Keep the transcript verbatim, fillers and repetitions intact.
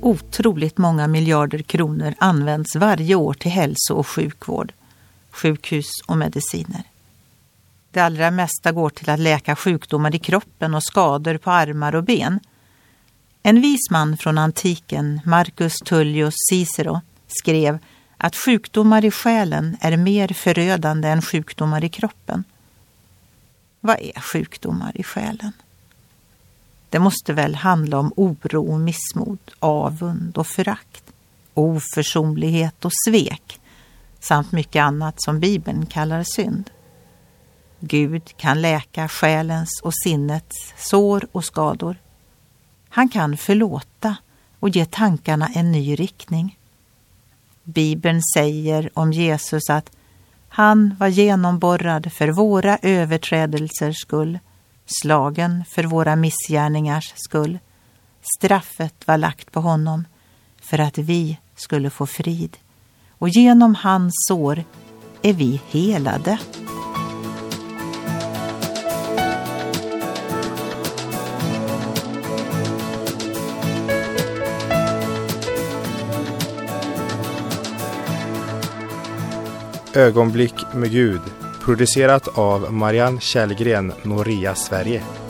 Otroligt många miljarder kronor används varje år till hälso- och sjukvård, sjukhus och mediciner. Det allra mesta går till att läka sjukdomar i kroppen och skador på armar och ben. En vis man från antiken, Marcus Tullius Cicero, skrev att sjukdomar i själen är mer förödande än sjukdomar i kroppen. Vad är sjukdomar i själen? Det måste väl handla om oro och missmod, avund och förakt, oförsonlighet och svek samt mycket annat som Bibeln kallar synd. Gud kan läka själens och sinnets sår och skador. Han kan förlåta och ge tankarna en ny riktning. Bibeln säger om Jesus att han var genomborrad för våra överträdelsers skull, slagen för våra missgärningars skull. Straffet var lagt på honom för att vi skulle få frid. Och genom hans sår är vi helade. Ögonblick med Gud, producerat av Marianne Källgren, Noria, Sverige.